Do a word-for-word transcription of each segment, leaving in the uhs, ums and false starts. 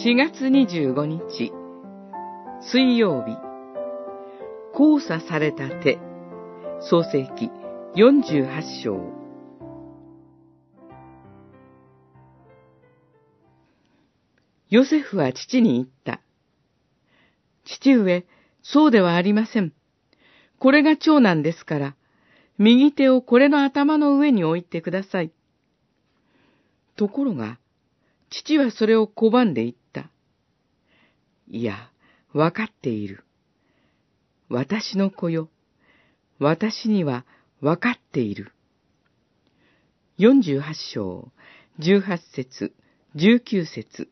しがつにじゅうごにち、水曜日、交差された手、創世記よんじゅうはちしょう。ヨセフは父に言った。父上、そうではありません。これが長男ですから、右手をこれの頭の上に置いてください。ところが、父はそれを拒んで言った。いや、わかっている。私の子よ。私にはわかっている。よんじゅうはちしょう、じゅうはちせつ、じゅうきゅうせつ。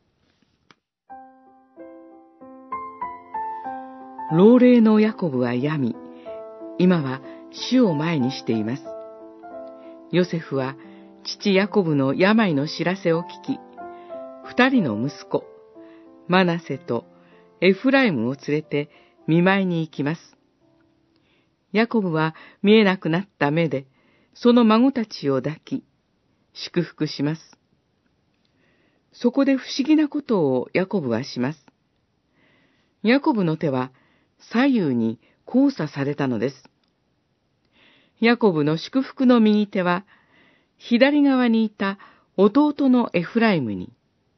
老齢のヤコブは病み、今は死を前にしています。ヨセフは父ヤコブの病の知らせを聞き、二人の息子、マナセとエフライムを連れて見舞いに行きます。ヤコブは見えなくなった目で、その孫たちを抱き、祝福します。そこで不思議なことをヤコブはします。ヤコブの手は左右に交差されたのです。ヤコブの祝福の右手は、左側にいた弟のエフライムに、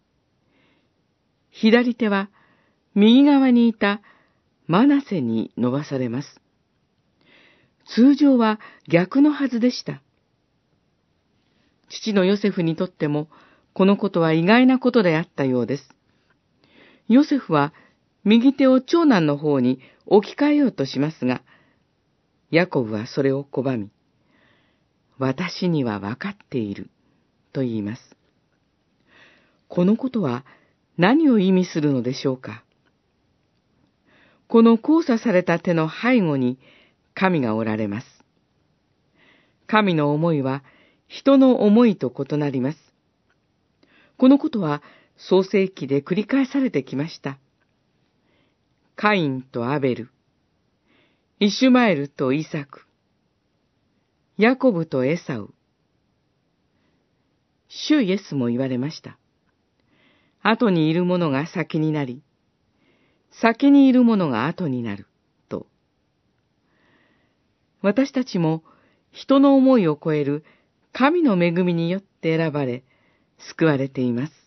左手は右側にいたマナセに伸ばされます。通常は逆のはずでした。父のヨセフにとっても、このことは意外なことであったようです。ヨセフは右手を長男の方に置き換えようとしますが、ヤコブはそれを拒み、私にはわかっている、と言います。このことは何を意味するのでしょうか。この交差された手の背後に神がおられます。神の思いは人の思いと異なります。このことは創世記で繰り返されてきました。カインとアベル、イシュマエルとイサク、ヤコブとエサウ。主イエスも言われました。後にいるものが先になり、先にいるものが後になる、と。私たちも人の思いを超える神の恵みによって選ばれ、救われています。